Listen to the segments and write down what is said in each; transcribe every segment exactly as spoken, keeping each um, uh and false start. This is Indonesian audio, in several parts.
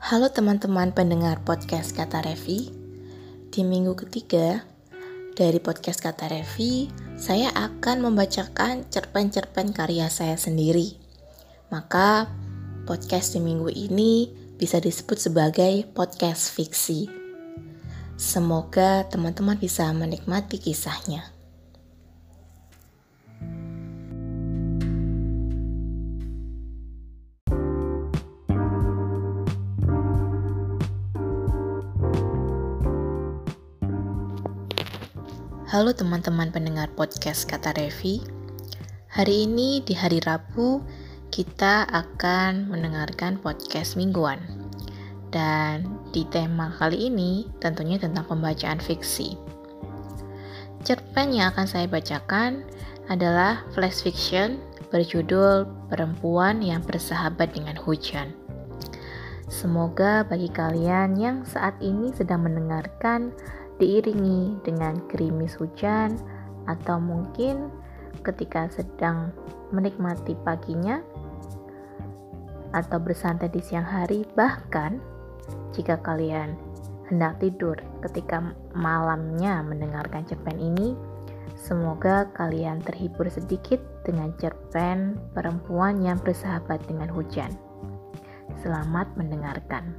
Halo teman-teman pendengar podcast Kata Revi. Di minggu ketiga dari podcast Kata Revi, saya akan membacakan cerpen-cerpen karya saya sendiri. Maka podcast di minggu ini bisa disebut sebagai podcast fiksi. Semoga teman-teman bisa menikmati kisahnya. Halo teman-teman pendengar podcast Kata Revi. Hari ini di hari Rabu kita akan mendengarkan podcast mingguan. Dan di tema kali ini tentunya tentang pembacaan fiksi. Cerpen yang akan saya bacakan adalah flash fiction berjudul Perempuan yang Bersahabat dengan Hujan. Semoga bagi kalian yang saat ini sedang mendengarkan diiringi dengan gerimis hujan, atau mungkin ketika sedang menikmati paginya atau bersantai di siang hari, bahkan jika kalian hendak tidur ketika malamnya mendengarkan cerpen ini, semoga kalian terhibur sedikit dengan cerpen Perempuan yang Bersahabat dengan Hujan. Selamat mendengarkan.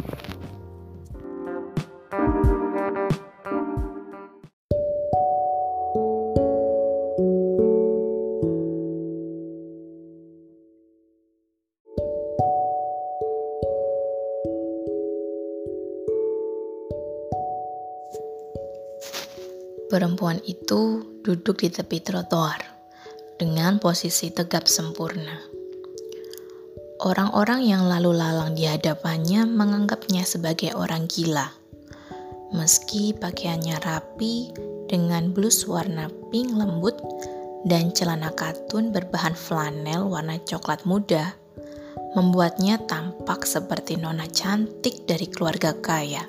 Perempuan itu duduk di tepi trotoar dengan posisi tegap sempurna. Orang-orang yang lalu lalang di hadapannya menganggapnya sebagai orang gila. Meski pakaiannya rapi dengan blus warna pink lembut dan celana katun berbahan flanel warna coklat muda, membuatnya tampak seperti nona cantik dari keluarga kaya.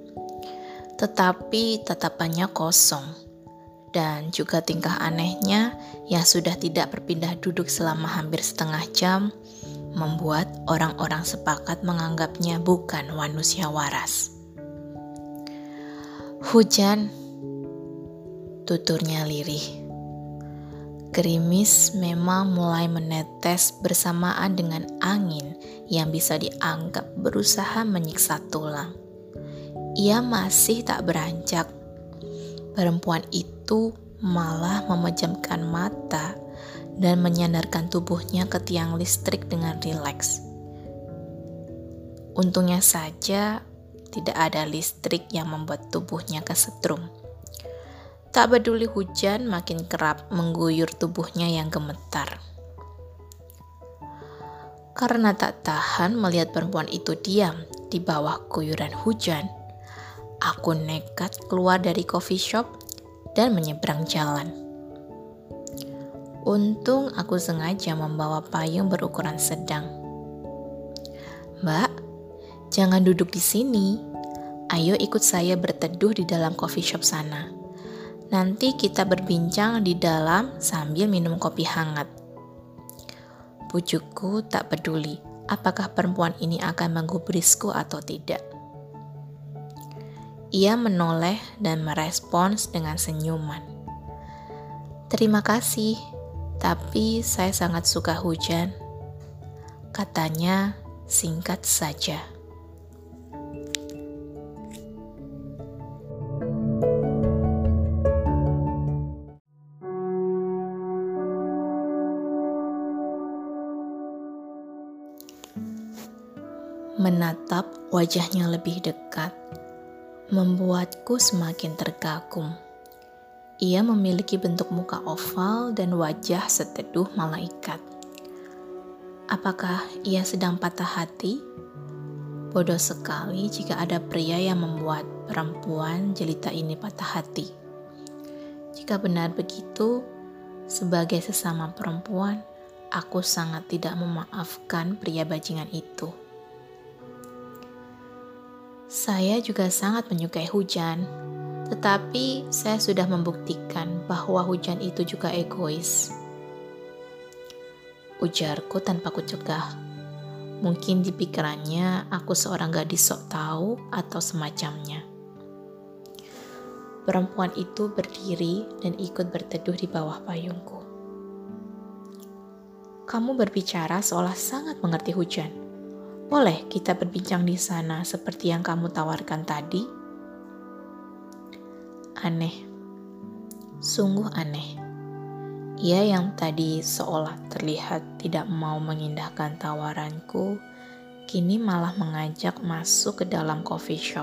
Tetapi tatapannya kosong, dan juga tingkah anehnya yang sudah tidak berpindah duduk selama hampir setengah jam, membuat orang-orang sepakat menganggapnya bukan manusia waras. Hujan, tuturnya lirih. Gerimis memang mulai menetes bersamaan dengan angin yang bisa dianggap berusaha menyiksa tulang. Ia masih tak beranjak. Perempuan itu malah memejamkan mata dan menyandarkan tubuhnya ke tiang listrik dengan rileks. Untungnya saja tidak ada listrik yang membuat tubuhnya kesetrum. Tak peduli hujan makin kerap mengguyur tubuhnya yang gemetar. Karena tak tahan melihat perempuan itu diam di bawah guyuran hujan, aku nekat keluar dari coffee shop dan menyeberang jalan. Untung aku sengaja membawa payung berukuran sedang. "Mbak, jangan duduk di sini. Ayo ikut saya berteduh di dalam coffee shop sana. Nanti kita berbincang di dalam sambil minum kopi hangat." Bujukku tak peduli apakah perempuan ini akan menggubrisku atau tidak. Ia menoleh dan merespons dengan senyuman. "Terima kasih, tapi saya sangat suka hujan," katanya singkat saja. Menatap wajahnya lebih dekat membuatku semakin terkagum. Ia memiliki bentuk muka oval dan wajah seteduh malaikat. Apakah ia sedang patah hati? Bodoh sekali jika ada pria yang membuat perempuan jelita ini patah hati. Jika benar begitu, sebagai sesama perempuan, aku sangat tidak memaafkan pria bajingan itu. Saya juga sangat menyukai hujan, tetapi saya sudah membuktikan bahwa hujan itu juga egois. Ujarku tanpa kucegah. Mungkin di pikirannya aku seorang gadis sok tahu atau semacamnya. Perempuan itu berdiri dan ikut berteduh di bawah payungku. Kamu berbicara seolah sangat mengerti hujan. Boleh kita berbincang di sana seperti yang kamu tawarkan tadi? Aneh. Sungguh aneh. Ia yang tadi seolah terlihat tidak mau mengindahkan tawaranku, kini malah mengajak masuk ke dalam coffee shop.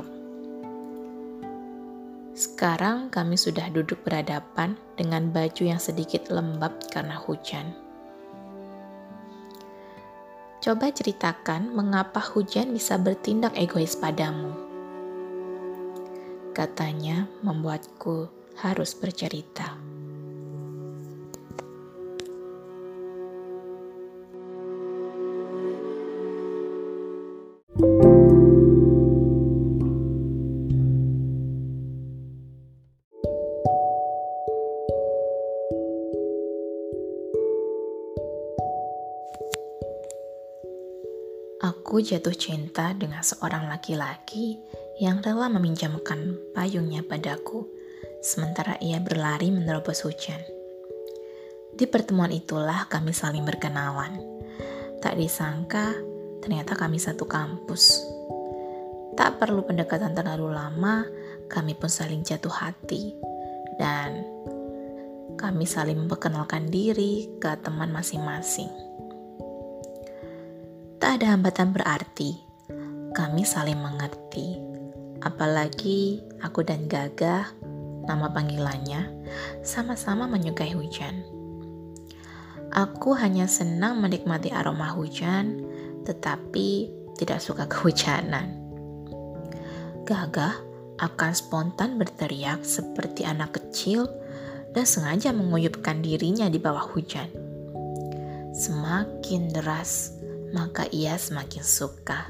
Sekarang kami sudah duduk berhadapan dengan baju yang sedikit lembab karena hujan. Coba ceritakan mengapa hujan bisa bertindak egois padamu. Katanya membuatku harus bercerita. Aku jatuh cinta dengan seorang laki-laki yang rela meminjamkan payungnya padaku, sementara ia berlari menerobos hujan. Di pertemuan itulah kami saling berkenalan. Tak disangka, ternyata kami satu kampus. Tak perlu pendekatan terlalu lama, kami pun saling jatuh hati. Dan kami saling memperkenalkan diri ke teman masing-masing. Tak ada hambatan berarti, kami saling mengerti. Apalagi aku dan Gagah, nama panggilannya, sama-sama menyukai hujan. Aku hanya senang menikmati aroma hujan, tetapi tidak suka kehujanan. Gagah akan spontan berteriak seperti anak kecil dan sengaja menguyupkan dirinya di bawah hujan. Semakin deras, maka ia semakin suka.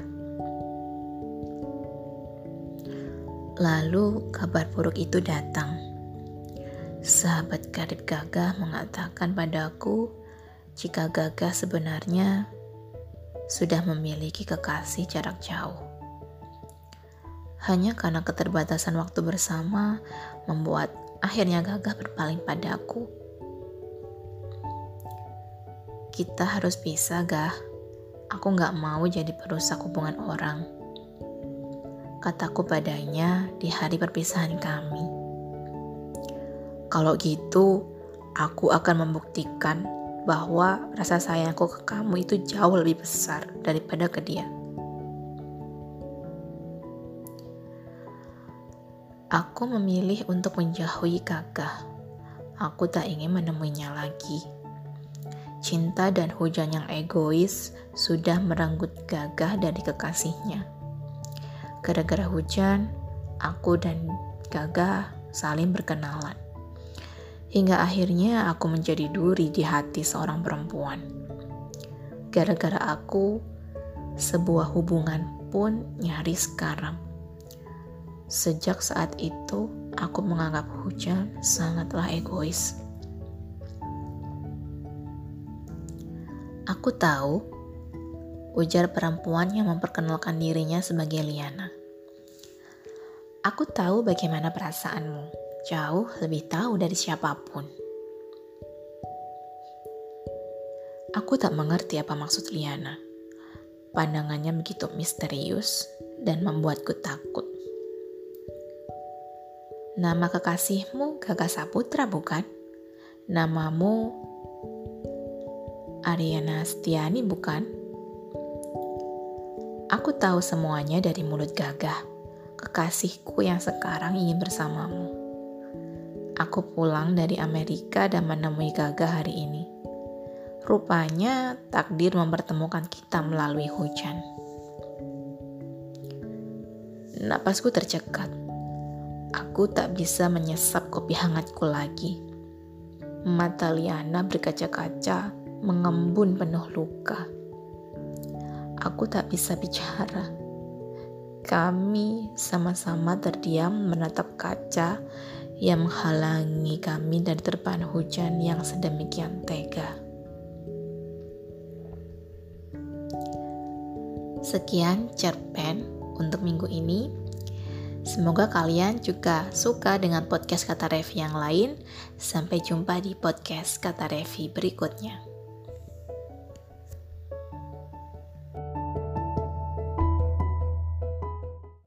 Lalu kabar buruk itu datang. Sahabat karib Gagah mengatakan padaku jika Gagah sebenarnya sudah memiliki kekasih jarak jauh. Hanya karena keterbatasan waktu bersama membuat akhirnya Gagah berpaling padaku. Kita harus pisah, Gah. Aku gak mau jadi perusak hubungan orang. Kataku padanya di hari perpisahan kami. Kalau gitu, aku akan membuktikan bahwa rasa sayangku ke kamu itu jauh lebih besar daripada ke dia. Aku memilih untuk menjauhi Gagah. Aku tak ingin menemuinya lagi. Cinta dan hujan yang egois sudah merenggut Gagah dari kekasihnya. Gara-gara hujan, aku dan Gagah saling berkenalan. Hingga akhirnya aku menjadi duri di hati seorang perempuan. Gara-gara aku, sebuah hubungan pun nyaris karam. Sejak saat itu, aku menganggap hujan sangatlah egois. Aku tahu, ujar perempuan yang memperkenalkan dirinya sebagai Liana. Aku tahu bagaimana perasaanmu, jauh lebih tahu dari siapapun. Aku tak mengerti apa maksud Liana. Pandangannya begitu misterius dan membuatku takut. Nama kekasihmu Gagah Saputra bukan? Namamu Aryana Setiani bukan? Aku tahu semuanya dari mulut Gagah, kekasihku yang sekarang ingin bersamamu. Aku pulang dari Amerika dan menemui Gagah hari ini. Rupanya takdir mempertemukan kita melalui hujan. Napasku tercekat. Aku tak bisa menyesap kopi hangatku lagi. Mata Liana berkaca-kaca, mengembun penuh luka. Aku tak bisa bicara. Kami sama-sama terdiam menatap kaca yang menghalangi kami dari terpaan hujan yang sedemikian tega. Sekian cerpen untuk minggu ini. Semoga kalian juga suka dengan podcast Kata Revi yang lain. Sampai jumpa di podcast Kata Revi berikutnya.